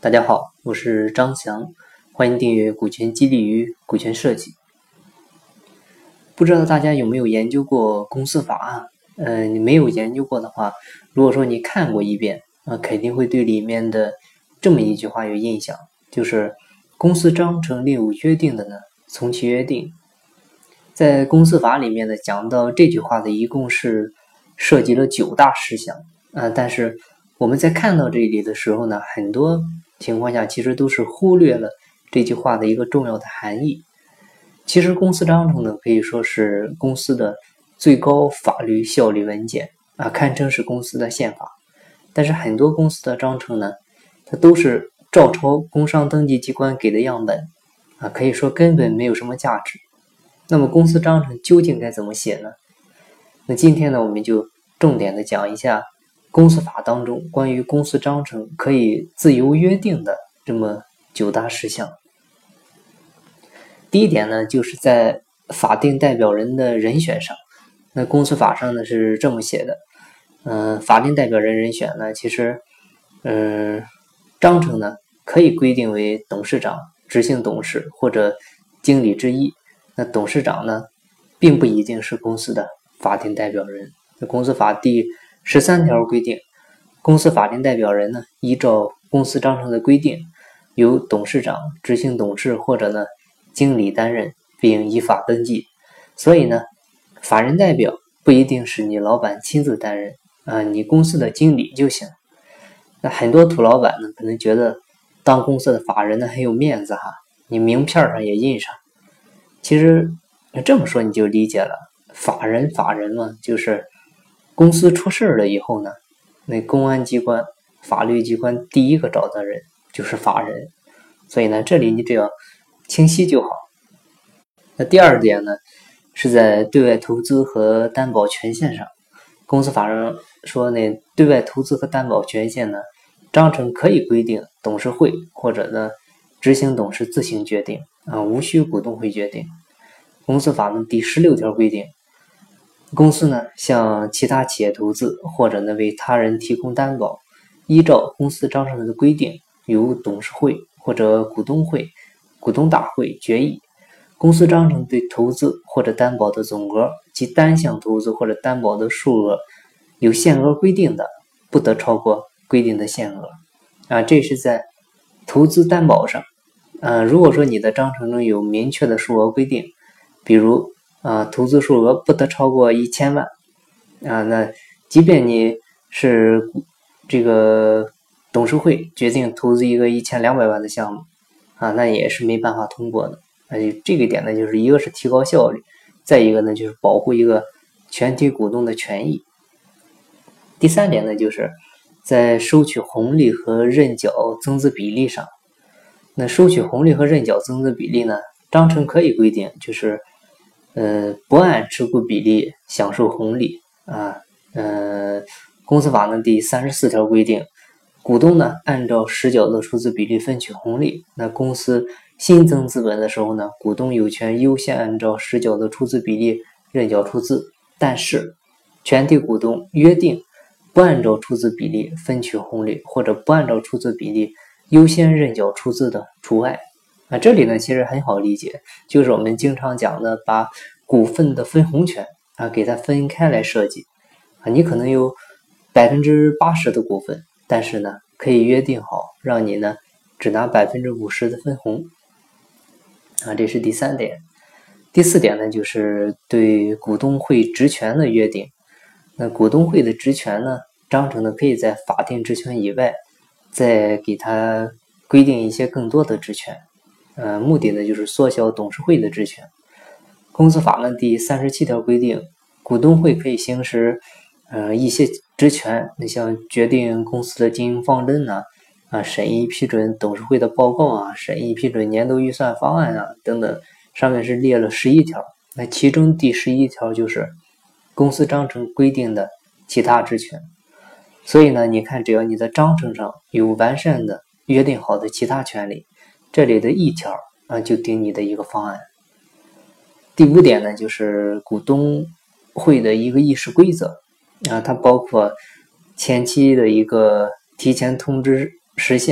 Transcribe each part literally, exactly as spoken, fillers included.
大家好，我是张翔，欢迎订阅股权激励与股权设计。不知道大家有没有研究过公司法案？呃，你没有研究过的话，如果说你看过一遍，呃，肯定会对里面的这么一句话有印象，就是公司章程另有约定的呢，从其约定。在公司法里面呢，讲到这句话的一共是涉及了九大事项啊、呃，但是我们在看到这里的时候呢，很多情况下其实都是忽略了这句话的一个重要的含义。其实公司章程呢，可以说是公司的最高法律效力文件啊，堪称是公司的宪法。但是很多公司的章程呢，它都是照抄工商登记机关给的样本啊，可以说根本没有什么价值。那么公司章程究竟该怎么写呢？那今天呢，我们就重点的讲一下公司法当中关于公司章程可以自由约定的这么九大事项。第一点呢，就是在法定代表人的人选上。那公司法上呢是这么写的，嗯、呃，法定代表人人选呢，其实，嗯、呃，章程呢可以规定为董事长、执行董事或者经理之一。那董事长呢，并不一定是公司的法定代表人。那公司法第十三条规定，公司法定代表人呢，依照公司章程的规定，由董事长、执行董事或者呢经理担任，并依法登记。所以呢，法人代表不一定是你老板亲自担任啊、呃，你公司的经理就行。那很多土老板呢，可能觉得当公司的法人呢很有面子哈，你名片上也印上。其实这么说你就理解了，法人法人嘛，就是公司出事了以后呢，那公安机关、法律机关第一个找的人就是法人。所以呢，这里你只要清晰就好。那第二点呢，是在对外投资和担保权限上。公司法上说呢，对外投资和担保权限呢，章程可以规定董事会或者呢执行董事自行决定啊，无需股东会决定。公司法呢第十六条规定，公司呢向其他企业投资或者呢为他人提供担保，依照公司章程的规定，由董事会或者股东会、股东大会决议。公司章程对投资或者担保的总额及单项投资或者担保的数额有限额规定的，不得超过规定的限额啊，这是在投资担保上。啊，如果说你的章程中有明确的数额规定，比如啊，投资数额不得超过一千万啊，那即便你是这个董事会决定投资一个一千两百万的项目啊，那也是没办法通过的。而且这个点呢，就是一个是提高效率，再一个呢就是保护一个全体股东的权益。第三点呢，就是在收取红利和认缴增资比例上。那收取红利和认缴增资比例呢，章程可以规定，就是呃不按持股比例享受红利啊。呃，公司法呢第三十四条规定，股东呢按照实缴的出资比例分取红利。那公司新增资本的时候呢，股东有权优先按照实缴的出资比例认缴出资，但是全体股东约定不按照出资比例分取红利，或者不按照出资比例优先认缴出资的除外。啊，这里呢其实很好理解，就是我们经常讲的把股份的分红权啊给它分开来设计啊，你可能有百分之八十的股份，但是呢可以约定好让你呢只拿百分之五十的分红啊，这是第三点。第四点呢，就是对股东会职权的约定。那股东会的职权呢，章程呢可以在法定职权以外，再给它规定一些更多的职权。呃，目的呢就是缩小董事会的职权。公司法呢第三十七条规定，股东会可以行使呃一些职权，你像决定公司的经营方针呢、啊，啊审议批准董事会的报告啊，审议批准年度预算方案啊等等，上面是列了十一条。那其中第十一条就是公司章程规定的其他职权。所以呢，你看，只要你的章程上有完善的约定好的其他权利，这里的一条啊就顶你的一个方案。第五点呢，就是股东会的一个议事规则啊，它包括前期的一个提前通知时限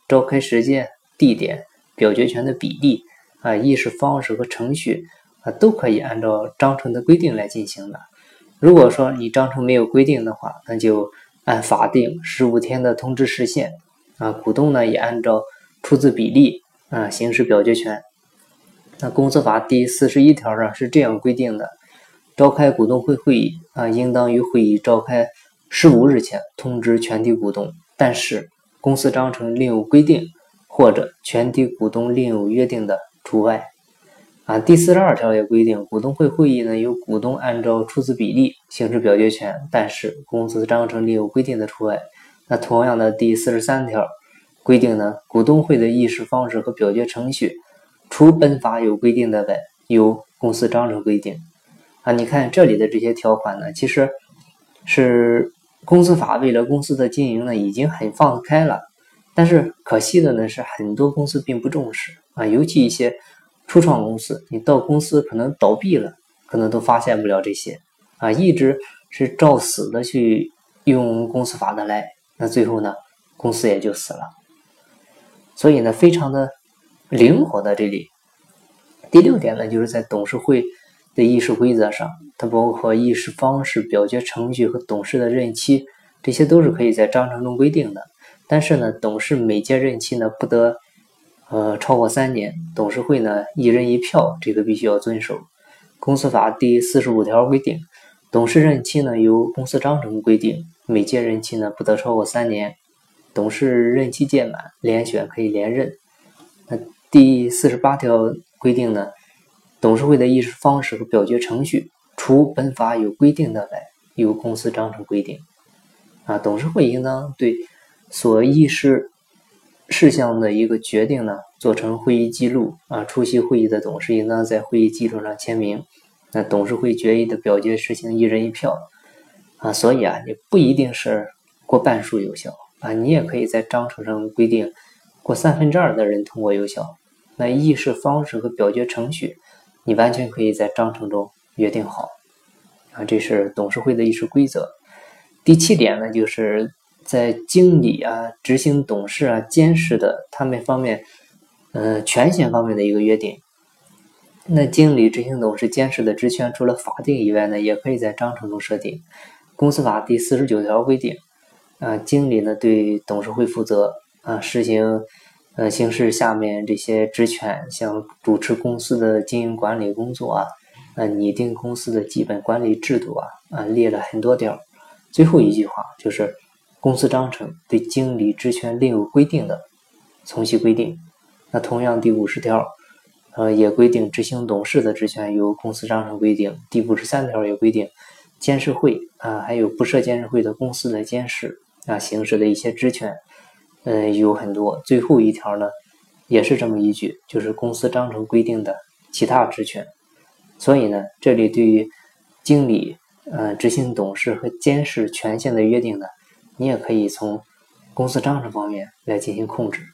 召开时间、地点、表决权的比例啊、议事方式和程序啊，都可以按照章程的规定来进行的。如果说你章程没有规定的话，那就按法定十五天的通知时限啊，股东呢也按照出资比例啊行使表决权。那公司法第四十一条上是这样规定的：召开股东会会议啊，应当于会议召开十五日前通知全体股东，但是公司章程另有规定或者全体股东另有约定的除外。啊，第四十二条也规定，股东会会议呢由股东按照出资比例行使表决权，但是公司章程另有规定的除外。那同样的，第四十三条规定呢，股东会的议事方式和表决程序，除本法有规定的外，由公司章程规定。啊，你看这里的这些条款呢，其实是公司法为了公司的经营呢已经很放开了，但是可惜的呢是很多公司并不重视啊，尤其一些初创公司，你到公司可能倒闭了，可能都发现不了这些啊，一直是照死的去用公司法的来，那最后呢公司也就死了。所以呢非常的灵活的这里。第六点呢，就是在董事会的议事规则上，它包括议事方式、表决程序和董事的任期，这些都是可以在章程中规定的。但是呢，董事每届任期呢不得呃超过三年，董事会呢一人一票，这个必须要遵守。公司法第四十五条规定，董事任期呢由公司章程规定，每届任期呢不得超过三年，董事任期届满，连选可以连任。那第四十八条规定呢，董事会的议事方式和表决程序，除本法有规定的外，由公司章程规定。啊，董事会应当对所议事事项的一个决定呢，做成会议记录啊，出席会议的董事应当在会议记录上签名。那董事会决议的表决实行一人一票啊，所以啊，你不一定是过半数有效啊，你也可以在章程上规定过三分之二的人通过有效。那议事方式和表决程序，你完全可以在章程中约定好啊，这是董事会的议事规则。第七点呢，就是在经理啊、执行董事啊、监事的他们方面，呃，权限方面的一个约定。那经理、执行董事、监事的职权，除了法定以外呢，也可以在章程中设定。公司法第四十九条规定，啊，经理呢对董事会负责啊，实行呃行使下面这些职权，像主持公司的经营管理工作啊，啊，拟定公司的基本管理制度啊，啊，列了很多条。最后一句话就是公司章程对经理职权另有规定的，从其规定。那同样第五十条呃也规定执行董事的职权由公司章程规定。第五十三条也规定监事会啊，还有不设监事会的公司的监事啊行使的一些职权呃有很多。最后一条呢也是这么一句，就是公司章程规定的其他职权。所以呢这里对于经理呃执行董事和监事权限的约定呢，你也可以从公司章程方面来进行控制。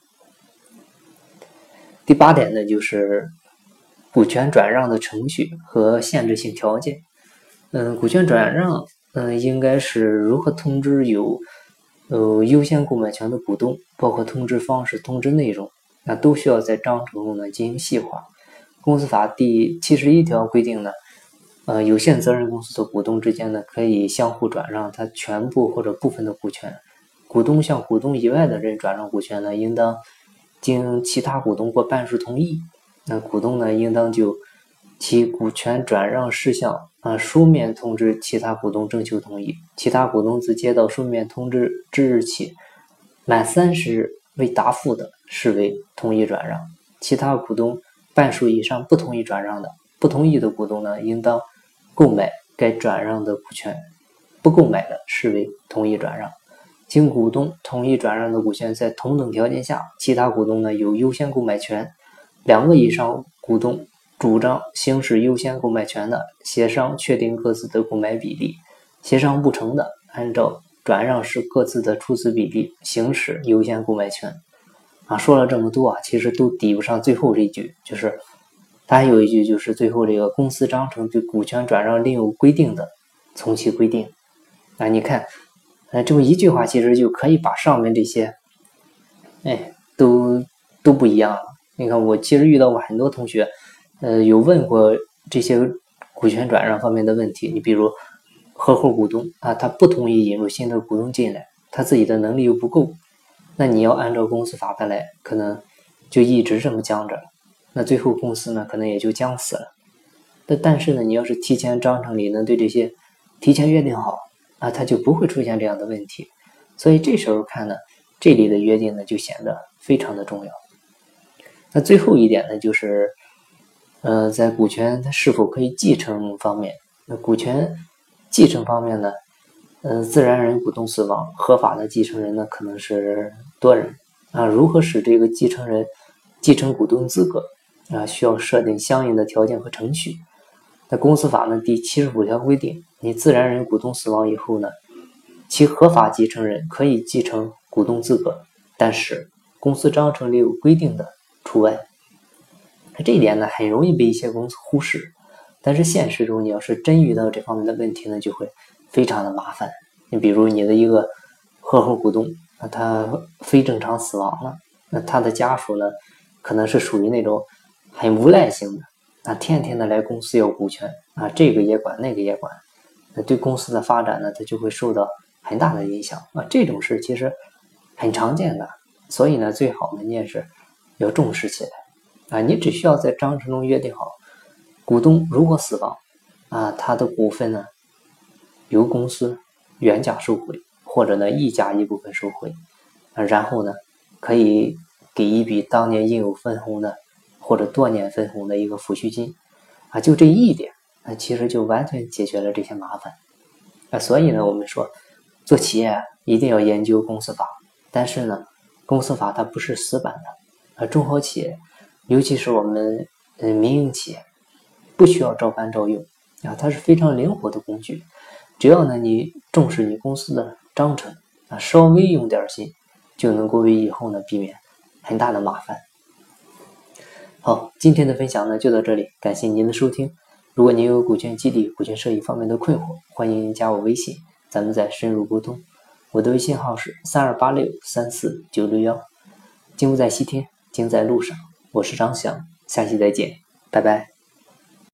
第八点呢，就是股权转让的程序和限制性条件。嗯，股权转让，嗯，应该是如何通知有呃优先购买权的股东，包括通知方式、通知内容，那都需要在章程中呢进行细化。公司法第七十一条规定呢，呃，有限责任公司的股东之间呢可以相互转让他全部或者部分的股权。股东向股东以外的人转让股权呢，应当经其他股东过半数同意。那股东呢，应当就其股权转让事项啊书面通知其他股东征求同意。其他股东自接到书面通知之日起满三十日未答复的，视为同意转让。其他股东半数以上不同意转让的，不同意的股东呢，应当购买该转让的股权。不购买的，视为同意转让。经股东同意转让的股权在同等条件下，其他股东呢有优先购买权。两个以上股东主张行使优先购买权的，协商确定各自的购买比例；协商不成的，按照转让时各自的出资比例行使优先购买权。啊，说了这么多啊，其实都抵不上最后这一句，就是它还有一句，就是最后这个公司章程对股权转让另有规定的，从其规定。啊，你看。呃，这么一句话其实就可以把上面这些，哎， 都都不一样了。你看，我其实遇到过很多同学，呃，有问过这些股权转让方面的问题。你比如合伙股东啊，他不同意引入新的股东进来，他自己的能力又不够，那你要按照公司法的来，可能就一直这么僵着了。那最后公司呢，可能也就僵死了。但但是呢，你要是提前章程里能对这些提前约定好啊，它就不会出现这样的问题。所以这时候看呢，这里的约定呢就显得非常的重要。那最后一点呢，就是呃，在股权它是否可以继承方面，那股权继承方面呢，呃，自然人股东死亡，合法的继承人呢可能是多人啊。如何使这个继承人继承股东资格啊，需要设定相应的条件和程序。那公司法呢第七十五条规定，你自然人股东死亡以后呢，其合法继承人可以继承股东资格，但是公司章程里有规定的除外。这一点呢很容易被一些公司忽视，但是现实中你要是真遇到这方面的问题呢，就会非常的麻烦。你比如你的一个合伙股东，那他非正常死亡了，那他的家属呢可能是属于那种很无赖型的，啊，天天的来公司要股权啊，这个也管那个也管，那对公司的发展呢，它就会受到很大的影响啊。这种事其实很常见的，所以呢，最好呢你也是要重视起来啊。你只需要在章程中约定好，股东如果死亡啊，他的股份呢由公司原价收回，或者呢溢价一部分收回啊，然后呢可以给一笔当年应有分红的或者多年分红的一个抚恤金啊，就这一点，那其实就完全解决了这些麻烦啊。所以呢，我们说做企业一定要研究公司法，但是呢，公司法它不是死板的啊。中小企业，尤其是我们呃民营企业，不需要照搬照用啊，它是非常灵活的工具。只要呢你重视你公司的章程啊，稍微用点心，就能够为以后呢避免很大的麻烦。好，今天的分享呢就到这里，感谢您的收听。如果您有股权激励、股权设计方面的困惑，欢迎加我微信，咱们再深入沟通。我的微信号是三二八六三四九六幺。金不在西天，金在路上。我是张翔，下期再见，拜拜。